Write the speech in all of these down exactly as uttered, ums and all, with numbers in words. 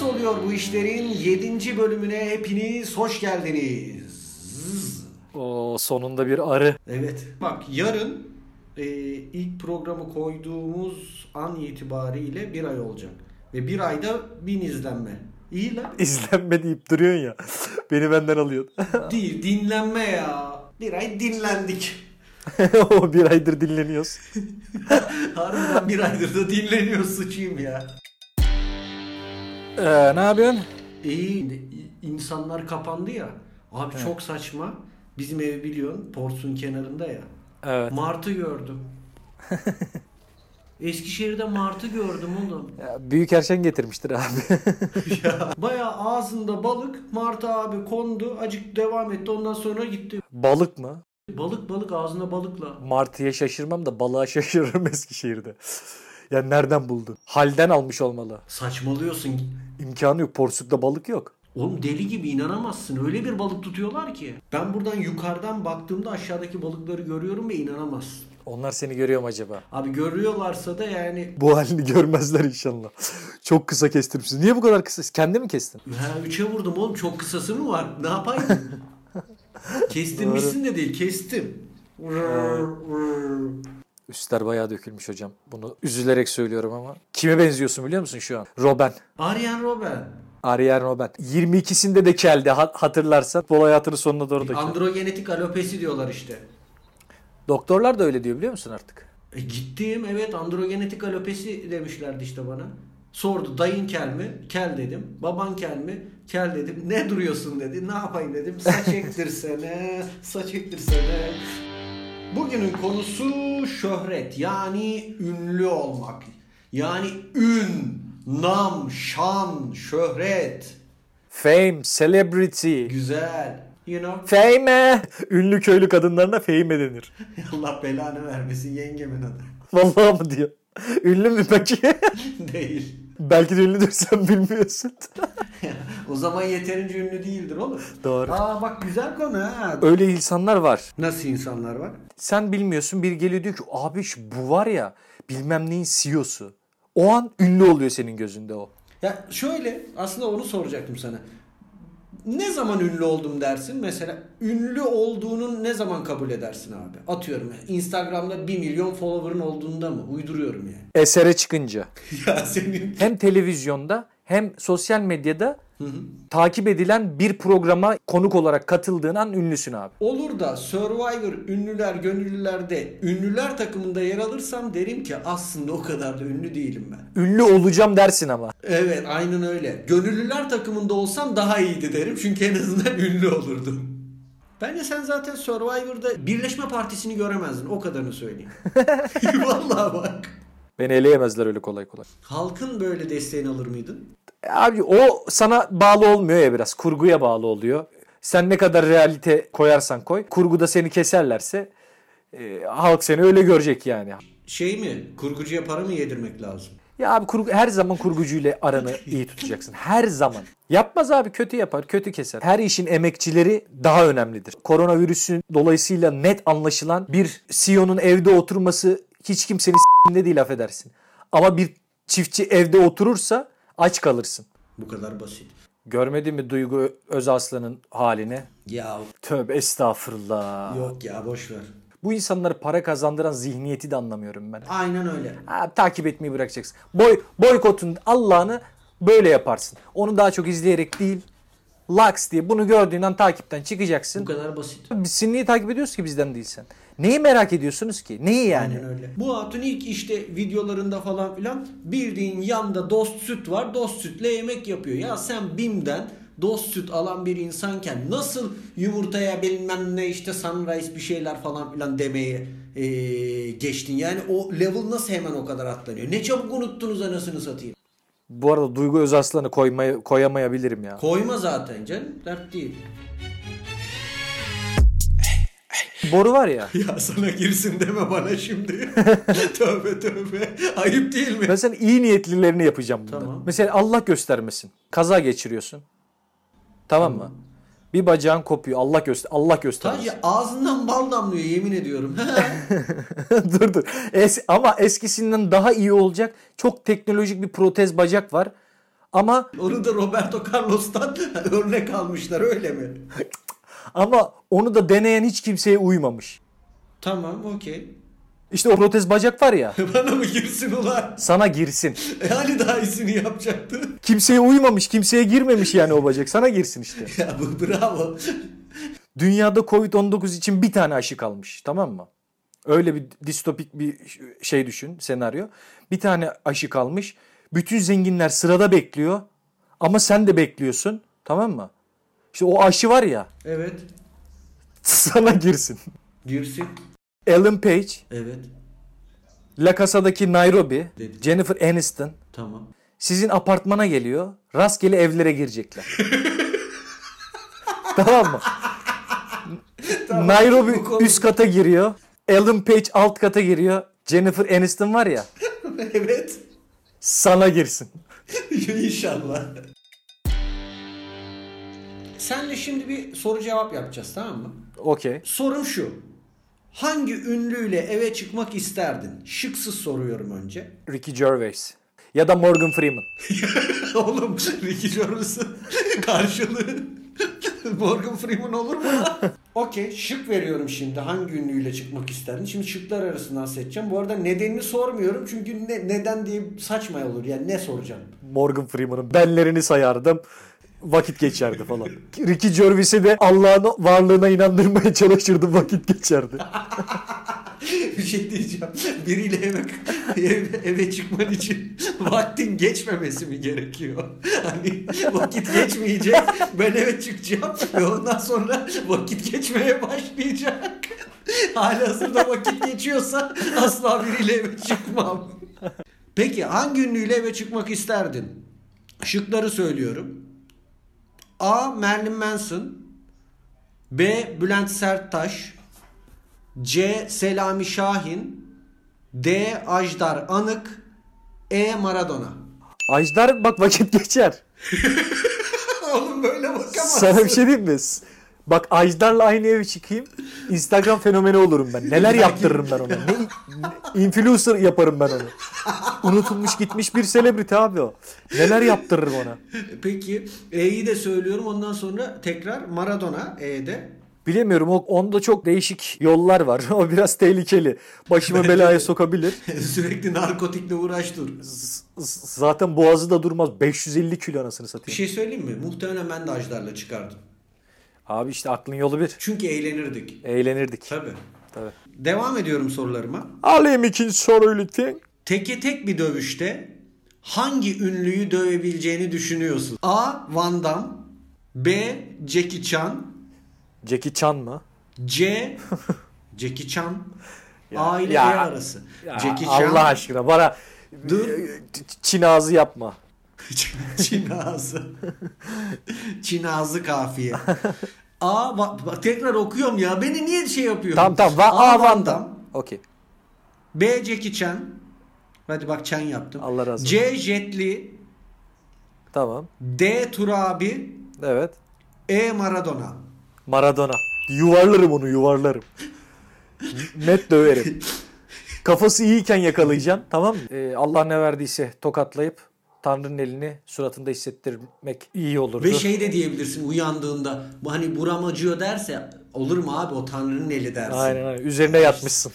Nasıl oluyor bu işlerin yedinci bölümüne hepiniz hoş geldiniz. O sonunda bir arı. Evet. Bak yarın e, ilk programı koyduğumuz an itibariyle bir ay olacak. Ve bir ayda bin izlenme. İyi lan. İzlenme deyip duruyorsun ya. Beni benden alıyorsun. Değil, dinlenme ya. Bir ay dinlendik. O bir aydır dinleniyoruz. Harbiden bir aydır da dinleniyoruz, sıçayım ya. Ee, ne yapıyorsun? İyi, insanlar kapandı ya. Abi evet. Çok saçma. Bizim evi biliyorsun, Portsun kenarında ya. Evet. Martı gördüm. Eskişehir'de martı gördüm oğlum. Ya, büyük erşen getirmiştir abi. Ya, bayağı ağzında balık. Martı abi kondu. Acık devam etti. Ondan sonra gitti. Balık mı? Balık balık ağzına balıkla. Martıya şaşırmam da balığa şaşırırım Eskişehir'de. Ya nereden buldun? Halden almış olmalı. Saçmalıyorsun. İmkanı yok. Porsuk'ta balık yok. Oğlum deli gibi inanamazsın. Öyle bir balık tutuyorlar ki. Ben buradan yukarıdan baktığımda aşağıdaki balıkları görüyorum ve inanamazsın. Onlar seni görüyor mu acaba? Abi görüyorlarsa da yani... Bu halini görmezler inşallah. Çok kısa kestirmişsin. Niye bu kadar kısa? Kendi mi kestin? Ha, üçe vurdum oğlum. Çok kısası mı var? Ne yapayım? Kestirmişsin de değil. Kestim. Üstler bayağı dökülmüş hocam. Bunu üzülerek söylüyorum ama. Kime benziyorsun biliyor musun şu an? Robben. Arjen Robben. Arjen Robben. yirmi ikisinde de keldi hatırlarsan. Futbol hayatının sonuna doğru da keldi. Androgenetik alopesi diyorlar işte. Doktorlar da öyle diyor biliyor musun artık? E, gittim evet, androgenetik alopesi demişlerdi işte bana. Sordu, dayın kel mi? Kel dedim. Baban kel mi? Kel dedim. Ne duruyorsun dedi. Ne yapayım dedim. Saç ektirsene. Saç ektirsene. Bugünün konusu şöhret. Yani ünlü olmak. Yani ün, nam, şan, şöhret. Fame, celebrity. Güzel. You know? Fame. Ünlü köylü kadınlarına fame denir. Allah belanı vermesin, yengemin adı. Vallahi mı diyor? Ünlü mü peki? Değil. Belki de ünlüdür, sen bilmiyorsun. O zaman yeterince ünlü değildir oğlum. Doğru. Aa bak güzel konu ha. Öyle insanlar var. Nasıl insanlar var? Sen bilmiyorsun, biri geliyor diyor ki abi bu var ya bilmem neyin C E O'su. O an ünlü oluyor senin gözünde o. Ya şöyle, aslında onu soracaktım sana. Ne zaman ünlü oldum dersin? Mesela ünlü olduğunu ne zaman kabul edersin abi? Atıyorum yani Instagram'da bir milyon follower'ın olduğunda mı? Uyduruyorum yani. Esere çıkınca. Ya senin... Hem televizyonda hem sosyal medyada hı hı. takip edilen bir programa konuk olarak katıldığın an ünlüsün abi. Olur da Survivor ünlüler gönüllülerde ünlüler takımında yer alırsam derim ki aslında o kadar da ünlü değilim ben. Ünlü olacağım dersin ama. Evet aynen öyle. Gönüllüler takımında olsam daha iyiydi derim çünkü en azından ünlü olurdum. Bence sen zaten Survivor'da Birleşme Partisi'ni göremezdin, o kadarını söyleyeyim. Vallahi bak. Beni eleyemezler öyle kolay kolay. Halkın böyle desteğini alır mıydın? Abi o sana bağlı olmuyor ya, biraz kurguya bağlı oluyor. Sen ne kadar realite koyarsan koy, kurguda seni keserlerse e, halk seni öyle görecek yani. Şey mi? Kurgucuya para mı yedirmek lazım? Ya abi kurgu, her zaman kurgucuyla aranı iyi tutacaksın. Her zaman. Yapmaz abi, kötü yapar, kötü keser. Her işin emekçileri daha önemlidir. Koronavirüsün dolayısıyla net anlaşılan bir C E O'nun evde oturması hiç kimsenin s***inde değil, affedersin. Ama bir çiftçi evde oturursa aç kalırsın. Bu kadar basit. Görmedin mi Duygu Özaslan'ın halini? Ya. Tövbe estağfurullah. Yok ya, boş ver. Bu insanları para kazandıran zihniyeti de anlamıyorum ben. Aynen öyle. Ha, takip etmeyi bırakacaksın. Boy, boykotun Allah'ını böyle yaparsın. Onu daha çok izleyerek değil, laks diye bunu gördüğünden takipten çıkacaksın. Bu kadar basit. Biz seni niye takip ediyoruz ki bizden değilsen? Neyi merak ediyorsunuz ki? Neyi yani? Aynen öyle. Bu hatun ilk işte videolarında falan filan bildiğin yanda Dost Süt var. Dost Sütle yemek yapıyor. Ya sen BİM'den Dost Süt alan bir insanken nasıl yumurtaya bilmem ne işte Sunrise bir şeyler falan filan demeye ee, geçtin? Yani o level nasıl hemen o kadar atlanıyor? Ne çabuk unuttunuz anasını satayım. Bu arada Duygu Özaslan'ı koymaya, koyamayabilirim ya. Koyma zaten canım. Dert değil. Boru var ya. Ya sana girsin deme bana şimdi. Tövbe tövbe. Ayıp değil mi? Ben senin iyi niyetlilerini yapacağım bundan. Tamam. Mesela Allah göstermesin. Kaza geçiriyorsun. Tamam, tamam. mı? Bir bacağın kopuyor. Allah göster Allah göstermesin. Sadece ağzından bal damlıyor, yemin ediyorum. dur dur. Es ama eskisinden daha iyi olacak çok teknolojik bir protez bacak var. Ama Onu da Roberto Carlos'tan örnek almışlar, öyle mi? ama onu da deneyen hiç kimseye uymamış. Tamam, okey. İşte o protez bacak var ya, Bana mı girsin ulan? sana girsin. E hani daha iyisini yapacaktı? Kimseye uymamış, kimseye girmemiş yani o bacak. Sana girsin işte. Ya bu bravo. Dünyada covid on dokuz için bir tane aşı kalmış, tamam mı? Öyle bir distopik bir şey düşün, senaryo. Bir tane aşı kalmış. Bütün zenginler sırada bekliyor. Ama sen de bekliyorsun, tamam mı? İşte o aşı var ya, Evet. sana girsin. Girsin. Ellen Page, Evet. La Casa'daki Nairobi, Dedi. Jennifer Aniston Tamam. sizin apartmana geliyor. Rastgele evlere girecekler. Tamam mı? Tamam, Nairobi bu konu- üst kata giriyor. Ellen Page alt kata giriyor. Jennifer Aniston var ya, Evet. sana girsin. İnşallah. Senle şimdi bir soru cevap yapacağız, tamam mı? Okey. Sorum şu. Hangi ünlüyle eve çıkmak isterdin? Şıksız soruyorum önce. Ricky Gervais. Ya da Morgan Freeman. Oğlum Ricky Gervais'ın karşılığı Morgan Freeman olur mu? Okey, şık veriyorum şimdi. Hangi ünlüyle çıkmak isterdin? Şimdi şıklar arasından seçeceğim. Bu arada nedenini sormuyorum çünkü ne, neden diye saçma olur. Yani ne soracağım? Morgan Freeman'ın benlerini sayardım. Vakit geçerdi falan. Ricky Gervais'i de Allah'ın varlığına inandırmaya çalışırdım. Vakit geçerdi. Bir şey diyeceğim. Biriyle eve, eve, eve çıkman için vaktin geçmemesi mi gerekiyor? Hani vakit geçmeyecek. Ben eve çıkacağım ve ondan sonra vakit geçmeye başlayacak. Halihazırda vakit geçiyorsa asla biriyle eve çıkmam. Peki hangi ünlüyle eve çıkmak isterdin? Şıkları söylüyorum. A. Marilyn Manson, B. Bülent Serttaş, C. Selami Şahin, D. Ajdar Anık, E. Maradona. Ajdar bak vakit geçer. Oğlum böyle bakamazsın. Sana bir şey diyeyim mi? Bak Ajdar'la aynı eve çıkayım. Instagram fenomeni olurum ben. Neler yaptırırım ben ona. Ne, ne influencer yaparım ben onu. Unutulmuş gitmiş bir selebriti abi o. Neler yaptırırım ona. Peki E'yi de söylüyorum, ondan sonra tekrar Maradona E'de. Bilemiyorum, o onda çok değişik yollar var. O biraz tehlikeli. Başımı belaya sokabilir. Sürekli narkotikle uğraş dur. Z- z- zaten boğazı da durmaz. beş yüz elli kilo anasını Bir satayım. şey söyleyeyim mi? Muhtemelen ben de Ajdar'la çıkardım. Abi işte aklın yolu bir. Çünkü eğlenirdik. Eğlenirdik. Tabii. Tabii. Devam ediyorum sorularıma. Alayım ikinci soruyu lütfen. Teke tek bir dövüşte hangi ünlüyü dövebileceğini düşünüyorsun? A. Van Damme, B. Jackie Chan, Jackie Chan mı? C. Jackie Chan. Ya, A ile ya, E arası. Ya Jackie Chan. Allah aşkına bana Dur. Çin ağzı yapma. Çin ağzı. Çin ağzı kafiye. A. Va- bak, tekrar okuyorum ya. Beni niye şey yapıyorsun? Tamam tamam. Va- A. A Van Van Damme, Damme. Okey. B. Jackie Chan. Hadi bak Chan yaptım. Allah razı olsun. C. Jet Li, Tamam. D. Turabi, Evet. E. Maradona. Maradona. Yuvarlarım onu, yuvarlarım. Net döverim. Kafası iyiyken yakalayacaksın, tamam mı? Ee, Allah ne verdiyse tokatlayıp Tanrı'nın elini suratında hissettirmek iyi olurdu. Ve şey de diyebilirsin uyandığında, bu hani buram acıyor derse, olur mu abi, o Tanrı'nın eli dersin. Aynen aynen. Üzerine yatmışsın.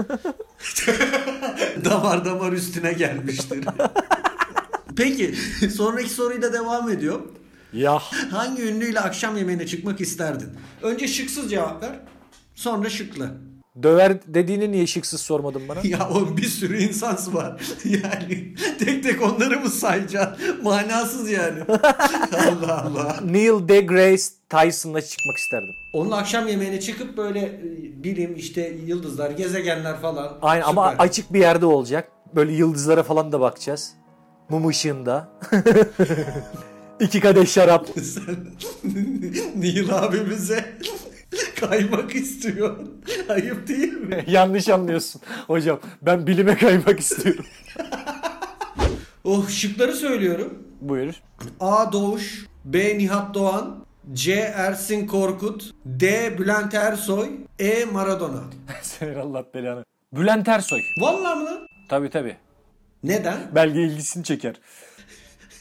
Damar damar üstüne gelmiştir. Peki sonraki soruyla devam ediyor. Ya. Hangi ünlüyle akşam yemeğine çıkmak isterdin? Önce şıksız cevap ver. Sonra şıklı. Döver dediğini niye şıksız sormadın bana? Ya o bir sürü insan var. Yani tek tek onları mı sayacaksın? Manasız yani. Allah Allah. Neil deGrasse Tyson'la çıkmak isterdim. Onun akşam yemeğine çıkıp böyle e, bilim, işte yıldızlar, gezegenler falan. Aynen ama Süper. açık bir yerde olacak. Böyle yıldızlara falan da bakacağız. Mum ışığında. İki kadeh şarap. Sen Neil abimize kaymak istiyorsun. Ayıp değil mi? Yanlış anlıyorsun hocam. Ben bilime kaymak istiyorum. Oh, şıkları söylüyorum. Buyur. A. Doğuş, B. Nihat Doğan, C. Ersin Korkut, D. Bülent Ersoy, E. Maradona. Senin Allah belanı. Bülent Ersoy. Vallahi mi lan? Tabii tabii. Neden? Belge ilgisini çeker.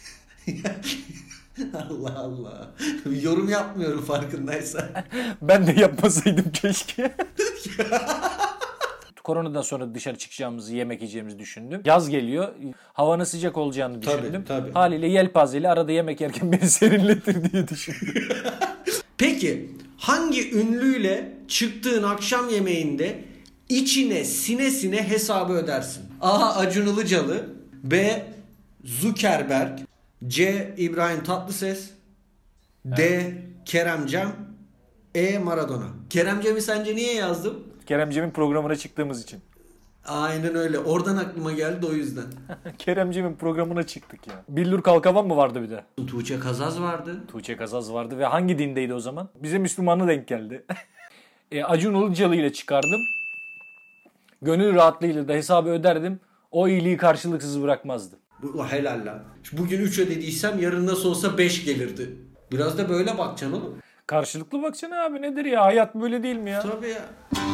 Allah Allah. Yorum yapmıyorum farkındaysan. Ben de yapmasaydım keşke. Koronadan sonra dışarı çıkacağımızı, yemek yiyeceğimizi düşündüm. Yaz geliyor. Havanın sıcak olacağını Tabii, düşündüm. tabii. Haliyle yelpazeyle arada yemek yerken beni serinletir diye düşündüm. Peki hangi ünlüyle çıktığın akşam yemeğinde içine sine sine hesabı ödersin? A. Acun Ilıcalı, B. Zuckerberg, C. İbrahim Tatlıses, D. Evet. Keremcem, E. Maradona. Keremcem'i sence niye yazdım? Keremcem'in programına çıktığımız için. Aynen öyle. Oradan aklıma geldi o yüzden. Keremcem'in programına çıktık ya. Billur Kalkavan mı vardı bir de? Tuğçe Kazaz vardı. Tuğçe Kazaz vardı ve hangi dindeydi o zaman? Bize Müslümanlı denk geldi. e, Acun Ilıcalı ile çıkardım. Gönül rahatlığıyla da hesabı öderdim. O iyiliği karşılıksız bırakmazdı. Bu helal lan. Bugün üç ödediysem yarın nasıl olsa beş gelirdi. Biraz da böyle bakacaksın oğlum. Karşılıklı bakacaksın abi, nedir ya? Hayat böyle değil mi ya? Tabii ya.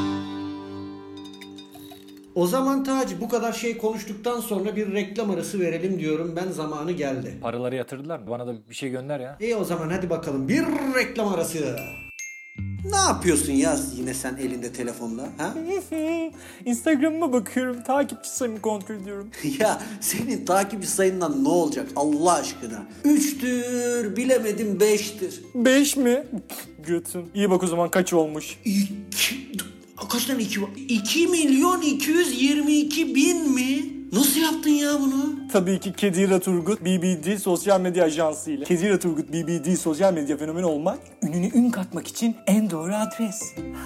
O zaman Taci, bu kadar şey konuştuktan sonra bir reklam arası verelim diyorum ben, zamanı geldi. Paraları yatırdılar mı? Bana da bir şey gönder ya. İyi o zaman hadi bakalım bir reklam arası. Ne yapıyorsun ya yine sen elinde telefonla? Ha? Instagram'ıma bakıyorum. Takipçi sayımı kontrol ediyorum. Ya senin takipçi sayından ne olacak Allah aşkına? Üçtür, bilemedim beştir. Beş mi? Götün. İyi bak o zaman kaç olmuş? İki... Kaç tane iki var? iki milyon iki yüz yirmi iki bin mi? Nasıl yaptın ya bunu? Tabii ki Kedira Turgut B B D sosyal medya ajansı ile. Kedira Turgut B B D sosyal medya fenomeni olmak, ününü ün katmak için en doğru adres.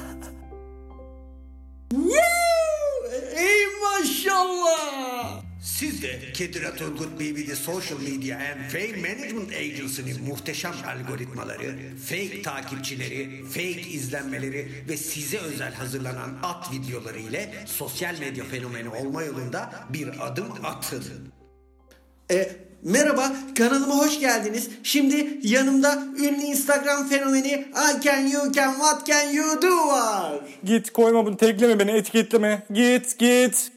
Ey maşallah! Siz de Kedira Turgut B B D Social Media and Fame Management Agency'nin muhteşem algoritmaları, fake takipçileri, fake izlenmeleri ve size özel hazırlanan at videoları ile sosyal medya fenomeni olma yolunda bir adım atın. E, merhaba, kanalıma hoş geldiniz. Şimdi yanımda ünlü Instagram fenomeni I can you can what can you do var. Git, koyma bunu, tekleme beni, etiketleme. Git git.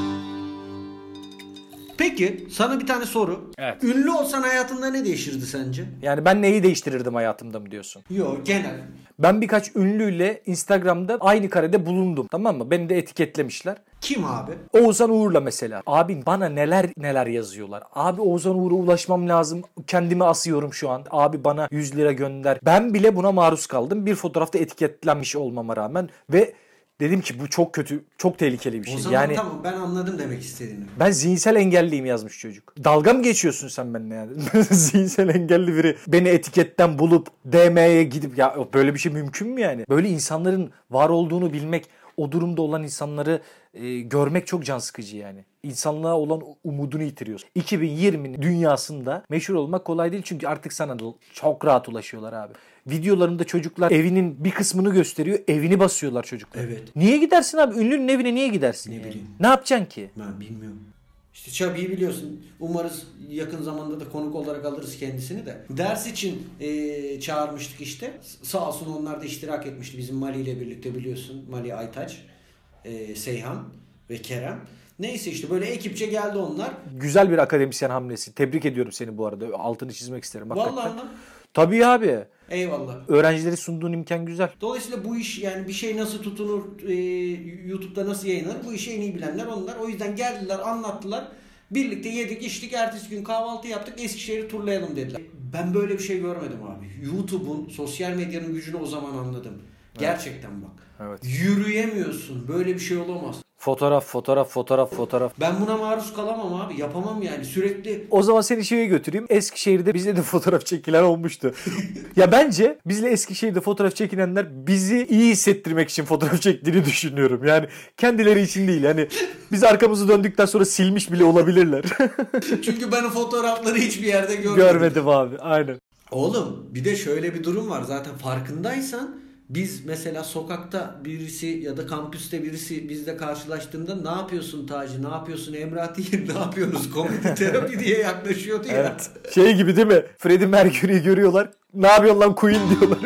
Peki sana bir tane soru. Evet. Ünlü olsan hayatında ne değişirdi sence? Yani ben neyi değiştirirdim hayatımda mı diyorsun? Yok, genel. Ben birkaç ünlüyle Instagram'da aynı karede bulundum, tamam mı? Beni de etiketlemişler. Kim abi? Oğuzhan Uğur'la mesela. Abi bana neler neler yazıyorlar. Abi Oğuzhan Uğur'a ulaşmam lazım. Kendimi asıyorum şu an. Abi bana yüz lira gönder. Ben bile buna maruz kaldım. Bir fotoğrafta etiketlenmiş olmama rağmen ve dedim ki bu çok kötü, çok tehlikeli bir şey. O zaman yani tamam, ben anladım demek istediğini. Ben zihinsel engelliyim yazmış çocuk. Dalga mı geçiyorsun sen benimle yani? Zihinsel engelli biri beni etiketten bulup D M'ye gidip ya böyle bir şey mümkün mü yani? Böyle insanların var olduğunu bilmek, o durumda olan insanları e, görmek çok can sıkıcı yani. İnsanlığa olan umudunu yitiriyorsun. iki bin yirminin dünyasında meşhur olmak kolay değil çünkü artık sana çok rahat ulaşıyorlar abi. Videolarında çocuklar evinin bir kısmını gösteriyor. Evini basıyorlar çocuklar. Evet. Niye gidersin abi? Ünlünün evine niye gidersin? Ne yani? bileyim. Ne yapacaksın ki? Ben bilmiyorum. İşte Çabi'yi biliyorsun. Umarız yakın zamanda da konuk olarak alırız kendisini de. Ders için e, çağırmıştık işte. Sağ olsun onlar da iştirak etmişti. Bizim Mali ile birlikte biliyorsun. Mali Aytaç, e, Seyhan ve Kerem. Neyse işte böyle ekipçe geldi onlar. Güzel bir akademisyen hamlesi. Tebrik ediyorum seni bu arada. Altını çizmek isterim. Hakikaten. Vallahi lan. Tabii abi. Eyvallah. Öğrencileri sunduğun imkan güzel. Dolayısıyla bu iş, yani bir şey nasıl tutunur, e, YouTube'da nasıl yayınlanır, bu işi en iyi bilenler onlar. O yüzden geldiler, anlattılar. Birlikte yedik, içtik, ertesi gün kahvaltı yaptık, Eskişehir'i turlayalım dediler. Ben böyle bir şey görmedim abi. YouTube'un, sosyal medyanın gücünü o zaman anladım. Evet. Gerçekten bak. Evet. Yürüyemiyorsun. Böyle bir şey olamaz. Fotoğraf, fotoğraf, fotoğraf, fotoğraf. Ben buna maruz kalamam abi. Yapamam yani. Sürekli. O zaman seni şeye götüreyim. Eskişehir'de bizle de fotoğraf çekilen olmuştu. Ya bence bizle Eskişehir'de fotoğraf çekilenler bizi iyi hissettirmek için fotoğraf çektiğini düşünüyorum. Yani kendileri için değil. Yani biz arkamızı döndükten sonra silmiş bile olabilirler. Çünkü ben o fotoğrafları hiçbir yerde görmedim. Görmedim abi. Aynen. Oğlum bir de şöyle bir durum var. Zaten farkındaysan biz mesela sokakta birisi ya da kampüste birisi bizle karşılaştığında ne yapıyorsun Taci, ne yapıyorsun Emrah değil, ne yapıyorsunuz komedi terapi diye yaklaşıyordu ya. Evet. Şey gibi değil mi? Freddie Mercury'yi görüyorlar. Ne yapıyorsun lan Queen diyorlar.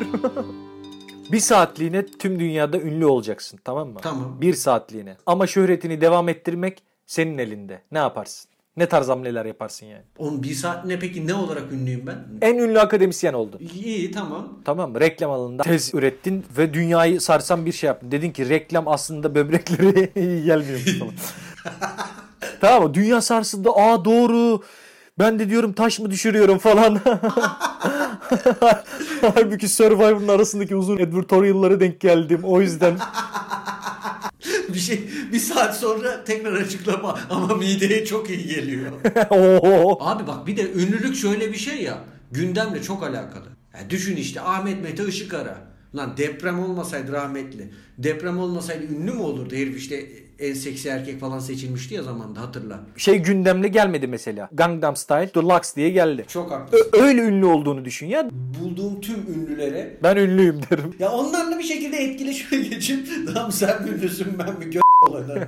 Bir saatliğine tüm dünyada ünlü olacaksın, tamam mı? Tamam. Bir saatliğine. Ama şöhretini devam ettirmek senin elinde. Ne yaparsın? Ne tarz hamleler yaparsın yani? Oğlum bir saat ne peki, ne olarak ünlüyüm ben? En ünlü akademisyen oldun. İyi, tamam. Tamam mı? Reklam alanında tez ürettin ve dünyayı sarsan bir şey yaptın. Dedin ki reklam aslında böbrekleri iyi gelmiyormuş falan. Tamam mı? Dünya sarsıldı. Aa doğru. Ben de diyorum taş mı düşürüyorum falan. Halbuki Survivor'ın arasındaki uzun advertorial'lara denk geldim. O yüzden. Bir şey bir saat sonra tekrar açıklama ama mideye çok iyi geliyor. Abi bak, bir de ünlülük şöyle bir şey ya, gündemle çok alakalı. Yani düşün işte, Ahmet Mete Işıkara. Lan deprem olmasaydı rahmetli. Deprem olmasaydı ünlü mü olurdu? Herif işte en seksi erkek falan seçilmişti ya zamanda, hatırla. Şey gündemle gelmedi mesela. Gangnam Style Deluxe diye geldi. Çok haklısın. Ö- öyle ünlü olduğunu düşün ya. Bulduğum tüm ünlülere Ben ünlüyüm derim. ya onlarla bir şekilde etkileşime geçip tamam sen mi ünlüsün ben mi gö olanı.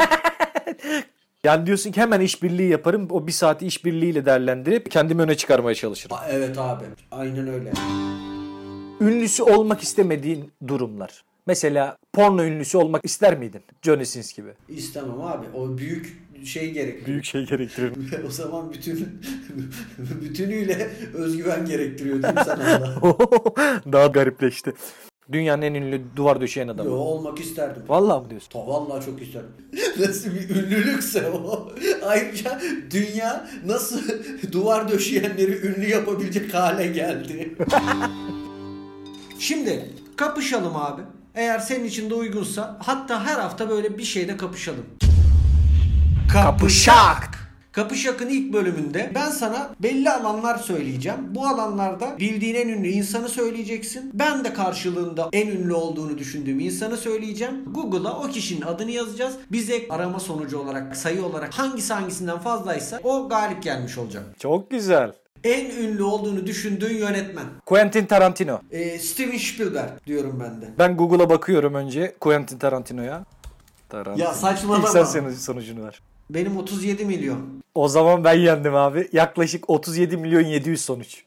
Yani diyorsun ki hemen işbirliği yaparım. O bir saati işbirliğiyle değerlendirip kendimi öne çıkarmaya çalışırım. Evet abi. Aynen öyle. Ünlüsü olmak istemediğin durumlar. Mesela porno ünlüsü olmak ister miydin? Johnny Sins gibi. İstemem abi. O büyük şey gerektiriyor. Büyük şey gerektirir. O zaman bütün bütünüyle özgüven gerektiriyor değil mi sana da? Daha garipleşti. Dünyanın en ünlü duvar döşeyen adamı. Yo, olmak isterdim. Vallahi mı diyorsun? Ta, vallahi çok isterdim. Nasıl bir ünlülükse o. Ayrıca dünya nasıl duvar döşeyenleri ünlü yapabilecek hale geldi. Şimdi kapışalım abi. Eğer senin için de uygunsa, hatta her hafta böyle bir şeyde kapışalım. Kapışak. Kapışak'ın ilk bölümünde ben sana belli alanlar söyleyeceğim. Bu alanlarda bildiğin en ünlü insanı söyleyeceksin. Ben de karşılığında en ünlü olduğunu düşündüğüm insanı söyleyeceğim. Google'a o kişinin adını yazacağız. Bize arama sonucu olarak, sayı olarak hangisi hangisinden fazlaysa o galip gelmiş olacak. Çok güzel. En ünlü olduğunu düşündüğün yönetmen. Quentin Tarantino. Ee, Steven Spielberg diyorum ben de. Ben Google'a bakıyorum önce Quentin Tarantino'ya. Tarantino. Ya saçmalama. İlk sen sonucunu ver. Benim otuz yedi milyon. O zaman ben yendim abi. Yaklaşık otuz yedi milyon yedi yüz sonuç.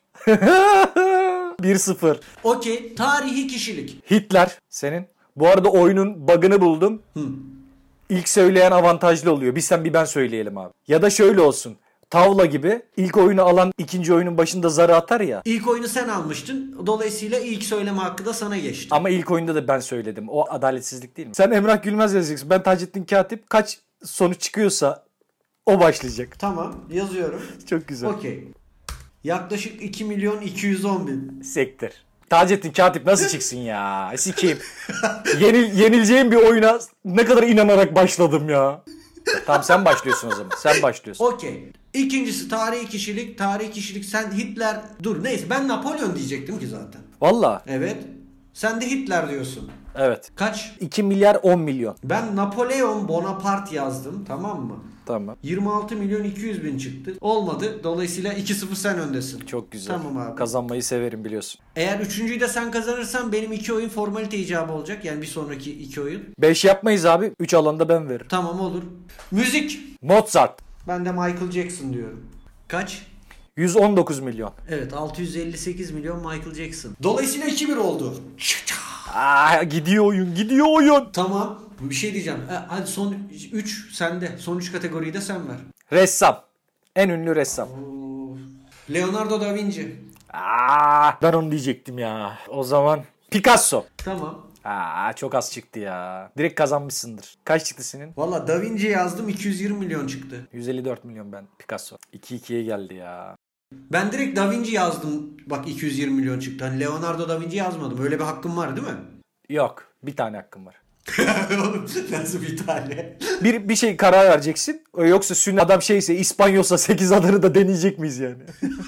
bir sıfır. Okey. Tarihi kişilik. Hitler senin. Bu arada oyunun bug'ını buldum. Hı. İlk söyleyen avantajlı oluyor. Bir sen bir ben söyleyelim abi. Ya da şöyle olsun. Tavla gibi ilk oyunu alan ikinci oyunun başında zarı atar ya. İlk oyunu sen almıştın. Dolayısıyla ilk söyleme hakkı da sana geçti. Ama ilk oyunda da ben söyledim. O adaletsizlik değil mi? Sen Emrah Gülmez yazacaksın. Ben Taceddin Katip. Kaç sonuç çıkıyorsa o başlayacak. Tamam. Yazıyorum. Çok güzel. Okey. Yaklaşık iki milyon iki yüz on bin. Sektir. Taceddin Katip nasıl çıksın ya? Sikeyim. Yenil, yenileceğim bir oyuna ne kadar inanarak başladım ya. Tamam sen başlıyorsun o zaman. Sen başlıyorsun. Okey. İkincisi tarihi kişilik. Tarihi kişilik sen Hitler... Dur neyse, ben Napolyon diyecektim ki zaten. Valla. Evet. Sen de Hitler diyorsun. Evet. Kaç? iki milyar on milyon. Ben Napolyon Bonaparte yazdım, tamam mı? Tamam. yirmi altı milyon iki yüz bin çıktı. Olmadı. Dolayısıyla iki sıfır sen öndesin. Çok güzel. Tamam abi. Kazanmayı severim biliyorsun. Eğer üçüncüyü de sen kazanırsan benim iki oyun formalite icabı olacak. Yani bir sonraki iki oyun. beş yapmayız abi. üç alanda ben veririm. Tamam, olur. Müzik. Mozart. Ben de Michael Jackson diyorum. Kaç? yüz on dokuz milyon. Evet, altı yüz elli sekiz milyon Michael Jackson. Dolayısıyla iki bir oldu. Aa, gidiyor oyun gidiyor oyun. Tamam. Bir şey diyeceğim. E, hadi son üç sende. Son üç kategoriyi de sen ver. Ressam. En ünlü ressam. Oo. Leonardo da Vinci. Aa, ben onu diyecektim ya. O zaman Picasso. Tamam. Aa, çok az çıktı ya. Direkt kazanmışsındır. Kaç çıktı senin? Valla Da Vinci yazdım, iki yüz yirmi milyon çıktı. yüz elli dört milyon ben. Picasso. iki ikiye geldi ya. Ben direkt Da Vinci yazdım. Bak iki yüz yirmi milyon çıktı. Hani Leonardo da Vinci yazmadım. Öyle bir hakkım var değil mi? Yok. Bir tane hakkım var. Nasıl bir tane? Bir, bir şey karar vereceksin. Yoksa sünni adam şeyse İspanyolsa sekiz adını da deneyecek miyiz yani?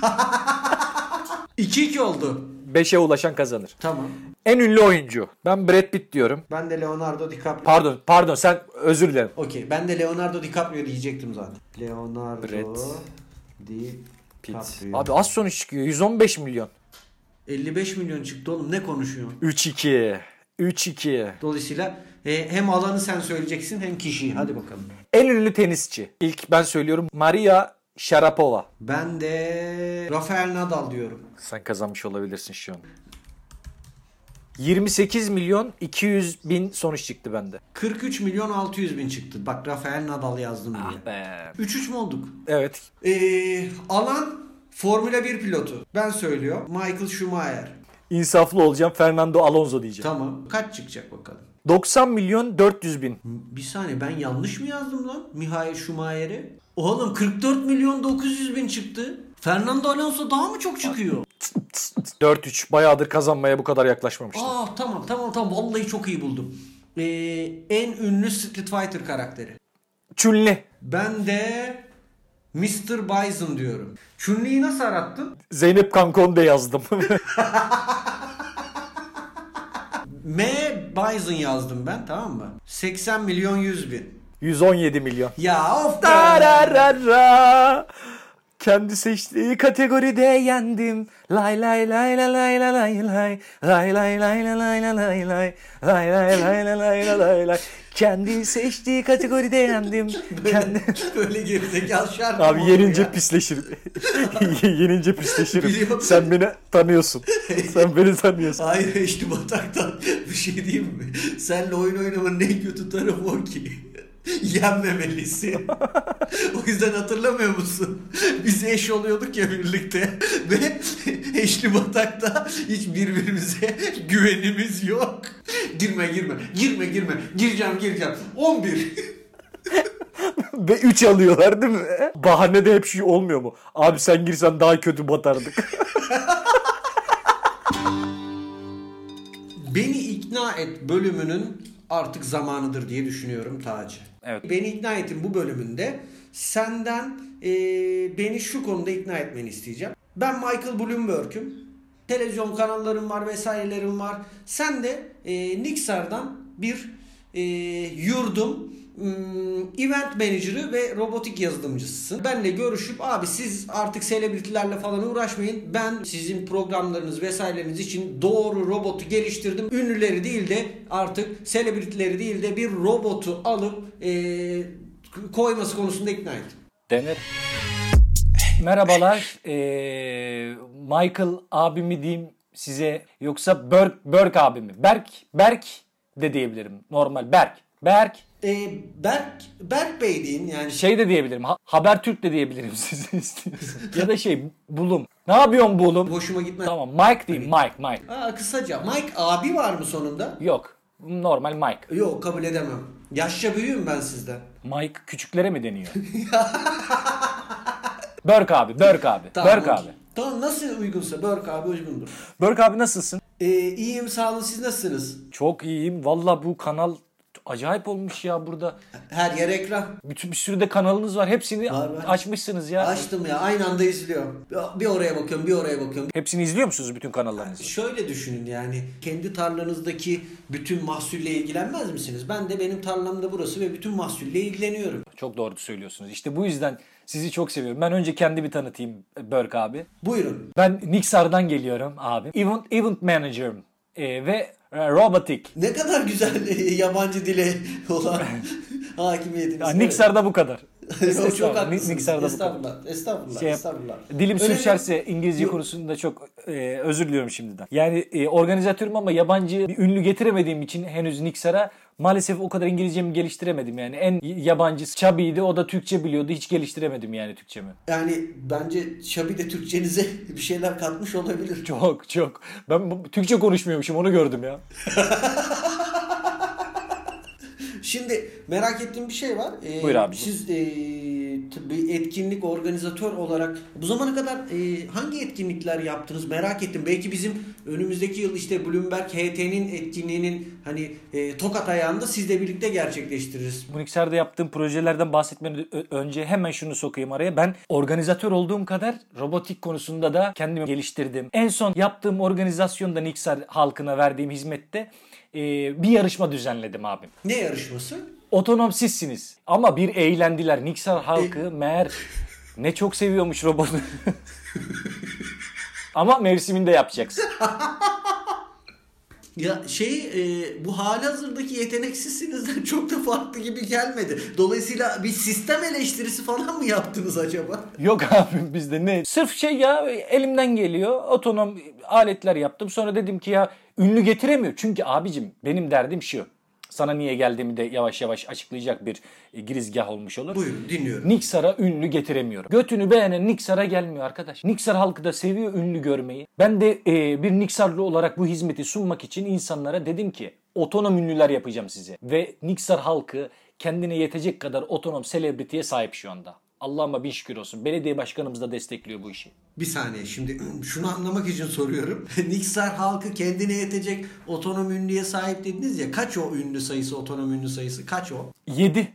iki iki oldu. beşe ulaşan kazanır. Tamam. En ünlü oyuncu. Ben Brad Pitt diyorum. Ben de Leonardo DiCaprio. Pardon, pardon sen özür dilerim. Okey. Ben de Leonardo DiCaprio diyecektim zaten. Leonardo Brad Pitt. DiCaprio. Abi az sonuç çıkıyor. yüz on beş milyon. elli beş milyon çıktı oğlum. Ne konuşuyorsun? üç iki. üç iki. Dolayısıyla e, hem alanı sen söyleyeceksin hem kişiyi. Hadi bakalım. En ünlü tenisçi. İlk ben söylüyorum. Maria Sharapova. Ben de Rafael Nadal diyorum. Sen kazanmış olabilirsin şu an. yirmi sekiz milyon iki yüz bin sonuç çıktı bende. kırk üç milyon altı yüz bin çıktı. Bak Rafael Nadal yazdım diye. Ah be. üç üç mü olduk? Evet. Ee, alan Formula bir pilotu. Ben söylüyor. Michael Schumacher. İnsaflı olacağım. Fernando Alonso diyeceğim. Tamam. Kaç çıkacak bakalım. doksan milyon dört yüz bin. Bir saniye, ben yanlış mı yazdım lan Michael Schumacher'i? Oğlum kırk dört milyon dokuz yüz bin çıktı. Fernando Alonso daha mı çok çıkıyor? dört üç. Bayağıdır kazanmaya bu kadar yaklaşmamıştım. Aa tamam tamam tamam, vallahi çok iyi buldum. Ee, en ünlü Street Fighter karakteri. Chun-Li. Ben de mister Bison diyorum. Chun-Li'yi nasıl arattın? Zeynep Kankonde yazdım. M. Bison yazdım ben, tamam mı? seksen milyon yüz bin. yüz on yedi milyon. Ya of be. Tararara. Kendi seçtiği kategoride yendim. Lay lay lay lay lay lay lay lay. Lay lay lay lay lay lay lay lay. Lay lay lay lay lay lay lay lay. Kendi seçtiği kategoride yendim. Kendi... Böyle gerizekalı şarkı Abi mı olur yenince ya? pisleşir. Yenince pisleşirim. Biliyorum. Sen beni tanıyorsun. Sen beni tanıyorsun. Hayır, işte bataktan bir şey diyeyim mi? Seninle oyun oynamanın en kötü tarafı o ki. Yenmemelisin. O yüzden hatırlamıyor musun? Biz eş oluyorduk ya birlikte. Ve eşli batakta hiç birbirimize güvenimiz yok. Girme girme. Girme girme. Gireceğim gireceğim. on bir. Ve üç alıyorlar değil mi? Bahane de hep şey olmuyor mu? Abi sen girsen daha kötü batardık. Beni ikna et bölümünün artık zamanıdır diye düşünüyorum Taci. Evet. Beni ikna etin bu bölümünde senden e, beni şu konuda ikna etmeni isteyeceğim. Ben Michael Bloomberg'üm. Televizyon kanallarım var, vesairelerim var. Sen de e, Nixar'dan bir e, yurdum event manager'ı ve robotik yazılımcısısın. Benle görüşüp abi siz artık selebritilerle falan uğraşmayın. Ben sizin programlarınız vesaireleriniz için doğru robotu geliştirdim. Ünlüleri değil de artık selebritileri değil de bir robotu alıp e, koyması konusunda ikna et. Denir. Merhabalar. Ee, Michael abimi diyeyim size yoksa Berk, Berk abimi? Berk, Berk de diyebilirim. Normal Berk. Berk. E, Berk, Berk Bey deyin yani. Şey de diyebilirim. Ha, Habertürk de diyebilirim size istiyorsanız. Ya da şey Bulum. Ne yapıyorsun Bulum? Hoşuma gitmez. Tamam Mike diyeyim. Mike, Mike. Aa, kısaca. Mike abi var mı sonunda? Yok. Normal Mike. Yok, kabul edemem. Yaşça büyüğüm ben sizden. Mike küçüklere mi deniyor? Berk abi, Berk abi. Tamam, Berk okey. abi. Tamam, nasıl uygunsa Berk abi uygundur. Berk abi nasılsın? Ee, iyiyim, sağ olun, siz nasılsınız? Çok iyiyim. Valla bu kanal acayip olmuş ya burada. Her yer ekran. Bütün bir sürü de kanalınız var. Hepsini Var, var. açmışsınız ya. Açtım ya, aynı anda izliyorum. Bir oraya bakıyorum, bir oraya bakıyorum. Hepsini izliyor musunuz bütün kanallarınızı? Şöyle düşünün yani, kendi tarlanızdaki bütün mahsulle ilgilenmez misiniz? Ben de benim tarlamda burası ve bütün mahsulle ilgileniyorum. Çok doğru söylüyorsunuz. İşte bu yüzden sizi çok seviyorum. Ben önce kendimi tanıtayım Berk abi. Buyurun. Ben Nixar'dan geliyorum abi. Event, event manager'ım ee, ve e, robotik. Ne kadar güzel yabancı dile olan hakimiyetiniz. Ya, Evet. Nixar'da bu kadar. Yok, çok haklısınız. Nixar'da bu kadar. Estağfurullah. Estağfurullah. Şey, estağfurullah. dilim Öyle sürçerse İngilizce Yok. konusunda çok e, özür diliyorum şimdiden. Yani e, organizatörüm ama yabancı bir ünlü getiremediğim için henüz Nixar'a maalesef o kadar İngilizcemi geliştiremedim yani. En yabancı Chubby'ydi, o da Türkçe biliyordu. Hiç geliştiremedim yani Türkçemi. Yani bence Şabi de Türkçenize bir şeyler katmış olabilir. Çok çok. Ben bu- Türkçe konuşmuyormuşum, onu gördüm ya. Şimdi merak ettiğim bir şey var. Ee, Buyur abi. Siz e, bir etkinlik organizatör olarak bu zamana kadar e, hangi etkinlikler yaptınız merak ettim. Belki bizim önümüzdeki yıl işte Bloomberg H T'nin etkinliğinin hani e, tokat ayağında sizle birlikte gerçekleştiririz. Bu Nixar'da yaptığım projelerden bahsetmeden ö- önce hemen şunu sokayım araya. Ben organizatör olduğum kadar robotik konusunda da kendimi geliştirdim. En son yaptığım organizasyonda Nixar halkına verdiğim hizmette e, bir yarışma düzenledim abim. Ne yarışması? Otonom sizsiniz. Ama bir eğlendiler. Nixar halkı meğer ne çok seviyormuş robotu. Ama mevsiminde yapacaksın. Ya şey e, bu halihazırdaki yeteneksizsinizden çok da farklı gibi gelmedi. Dolayısıyla bir sistem eleştirisi falan mı yaptınız acaba? Yok abi bizde ne? Sırf şey ya elimden geliyor. Otonom aletler yaptım. Sonra dedim ki ya ünlü getiremiyor. Çünkü abicim benim derdim şu. Sana niye geldiğimi de yavaş yavaş açıklayacak bir e, girizgah olmuş olur. Buyurun dinliyorum. Niksar'a ünlü getiremiyorum. Götünü beğenen Niksar'a gelmiyor arkadaş. Niksar halkı da seviyor ünlü görmeyi. Ben de e, bir Niksarlı olarak bu hizmeti sunmak için insanlara dedim ki otonom ünlüler yapacağım size. Ve Niksar halkı kendine yetecek kadar otonom selebritiye sahip şu anda. Allah'ıma bin şükür olsun. Belediye başkanımız da destekliyor bu işi. Bir saniye şimdi şunu anlamak için soruyorum. Niksar halkı kendine yetecek otonom ünlüye sahip dediniz ya. Kaç o ünlü sayısı, otonom ünlü sayısı? Kaç o? yedi.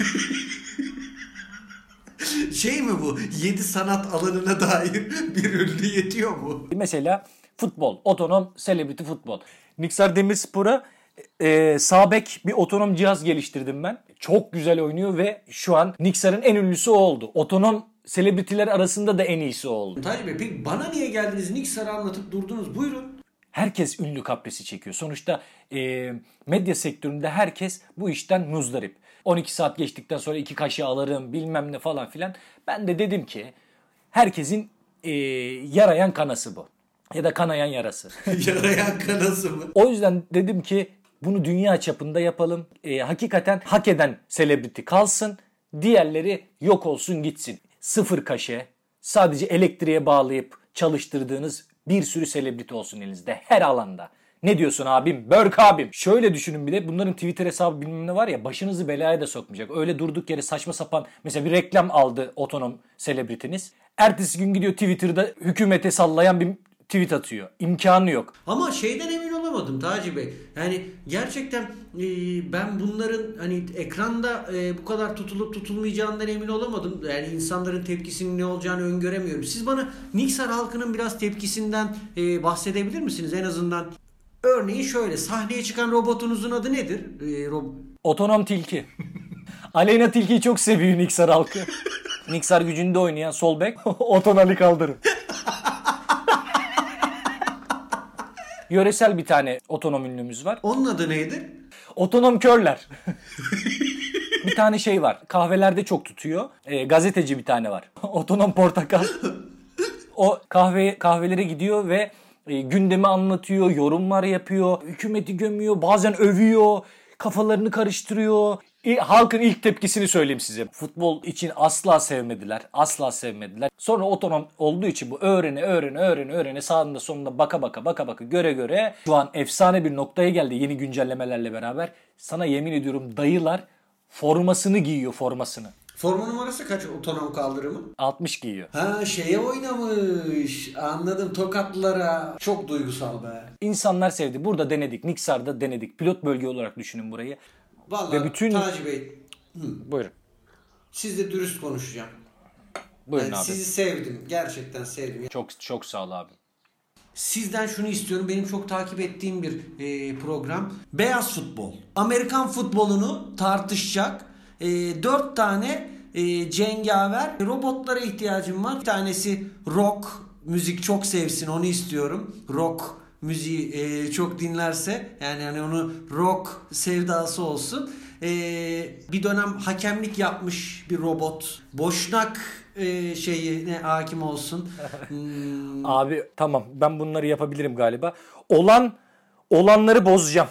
Şey mi bu? yedi sanat alanına dair bir ünlü yetiyor mu? Mesela futbol. Otonom selebriti futbol. Niksar Demirspor'a e, sağ bek bir otonom cihaz geliştirdim ben. Çok güzel oynuyor ve şu an Niksar'ın en ünlüsü o oldu. Otonom selebritiler arasında da en iyisi o oldu. Taci Bey peki bana niye geldiniz? Niksar'ı anlatıp durdunuz. Buyurun. Herkes ünlü kaprisi çekiyor. Sonuçta e, medya sektöründe herkes bu işten muzdarip. on iki saat geçtikten sonra iki kaşığı alırım bilmem ne falan filan. Ben de dedim ki herkesin e, yarayan kanası bu. Ya da kanayan yarası. Yarayan kanası mı? O yüzden dedim ki bunu dünya çapında yapalım. E, hakikaten hak eden selebriti kalsın. Diğerleri yok olsun gitsin. Sıfır kaşe, sadece elektriğe bağlayıp çalıştırdığınız bir sürü selebriti olsun elinizde. Her alanda. Ne diyorsun abim? Berk abim. Şöyle düşünün bir de bunların Twitter hesabı bilmem ne var ya başınızı belaya da sokmayacak. Öyle durduk yere saçma sapan mesela bir reklam aldı otonom selebritiniz. Ertesi gün gidiyor Twitter'da hükümete sallayan bir tweet atıyor. İmkanı yok. Ama şeyden emin olamadım Taci Bey. Yani gerçekten e, ben bunların hani ekranda e, bu kadar tutulup tutulmayacağından emin olamadım. Yani insanların tepkisinin ne olacağını öngöremiyorum. Siz bana Niksar halkının biraz tepkisinden e, bahsedebilir misiniz? En azından örneğin şöyle sahneye çıkan robotunuzun adı nedir? E, ro- Otonom tilki. Aleyna Tilki'yi çok seviyor Niksar halkı. Niksar gücünde oynayan sol bek Otonali kaldırın. Yöresel bir tane otonom ünlümüz var. Onun adı neydi? Otonom körler. Bir tane şey var. Kahvelerde çok tutuyor. E, gazeteci bir tane var. Otonom portakal. O kahve kahvelere gidiyor ve e, gündemi anlatıyor, yorumlar yapıyor, hükümeti gömüyor, bazen övüyor, kafalarını karıştırıyor. E, halkın ilk tepkisini söyleyeyim size. Futbol için asla sevmediler. Asla sevmediler. Sonra otonom olduğu için bu öğrene öğrene öğrene öğrene sağında sonunda baka baka baka baka göre göre şu an efsane bir noktaya geldi yeni güncellemelerle beraber. Sana yemin ediyorum dayılar formasını giyiyor formasını. Forma numarası kaç otonom kaldırımı? altmış giyiyor. Ha şeye oynamış. Anladım tokatlılara. Çok duygusal be. İnsanlar sevdi. Burada denedik. Niksar'da denedik. Pilot bölge olarak düşünün burayı. Vallahi Ve bütün... Taci Bey. Hı. Buyurun. Sizle dürüst konuşacağım. Buyurun Yani abi. sizi sevdim. Gerçekten sevdim. Çok çok sağ ol abi. Sizden şunu istiyorum. Benim çok takip ettiğim bir e, program. Beyaz futbol. Amerikan futbolunu tartışacak. E, dört tane e, cengaver robotlara ihtiyacım var. Bir tanesi rock müzik çok sevsin. Onu istiyorum. Rock müziği e, çok dinlerse yani hani onu rock sevdası olsun. E, bir dönem hakemlik yapmış bir robot. Boşnak e, şeyi ne hakim olsun. Hmm. Abi tamam ben bunları yapabilirim galiba. Olan olanları bozacağım.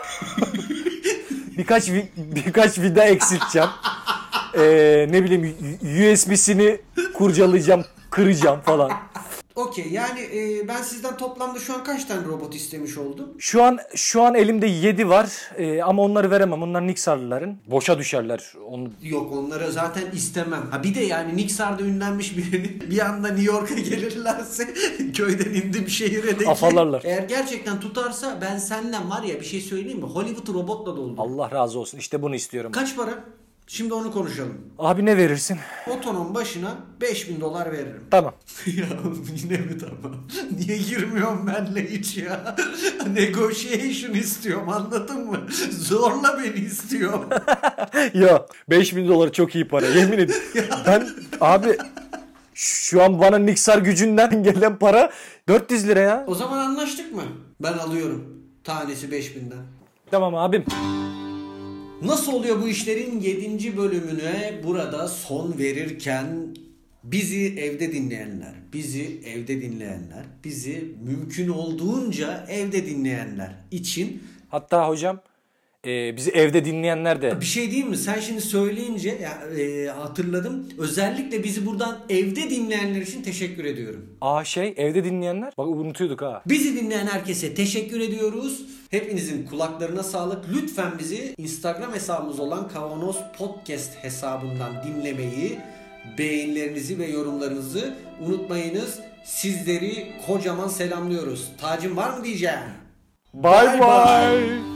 birkaç birkaç vida eksilteceğim. Ee, ne bileyim U S B'sini kurcalayacağım, kıracağım falan. Okey yani e, ben sizden toplamda şu an kaç tane robot istemiş oldum? Şu an şu an elimde yedi var ee, ama onları veremem. Onlar Niksarlıların. Boşa düşerler. Onu... Yok onları zaten istemem. Ha bir de yani Niksar'da ünlenmiş birini bir anda New York'a gelirlerse köyden indim şehire de afalarlar. Eğer gerçekten tutarsa ben senden var ya bir şey söyleyeyim mi? Hollywood robotla doldu. Allah razı olsun. İşte bunu istiyorum. Kaç para? Şimdi onu konuşalım. Abi ne verirsin? Otonom başına beş bin dolar veririm. Tamam. Ya yine mi tamam? Niye girmiyorum benle hiç ya? Negotiation istiyorum anladın mı? Zorla beni istiyor. Ya beş bin dolar çok iyi para yemin ederim. Ben abi şu an bana Niksar gücünden gelen para dört yüz lira ya. O zaman anlaştık mı? Ben alıyorum. Tanesi beş binden. Tamam abim. Nasıl oluyor bu işlerin yedinci bölümüne burada son verirken bizi evde dinleyenler, bizi evde dinleyenler, bizi mümkün olduğunca evde dinleyenler için... Hatta hocam e, bizi evde dinleyenler de... Bir şey diyeyim mi? Sen şimdi söyleyince ya, e, hatırladım. Özellikle bizi buradan evde dinleyenler için teşekkür ediyorum. Aa şey evde dinleyenler? Bak unutuyorduk ha. Bizi dinleyen herkese teşekkür ediyoruz. Hepinizin kulaklarına sağlık. Lütfen bizi Instagram hesabımız olan Kavanoz Podcast hesabından dinlemeyi, beğenilerinizi ve yorumlarınızı unutmayınız. Sizleri kocaman selamlıyoruz. Tacım var mı diyeceğim? Bye bye.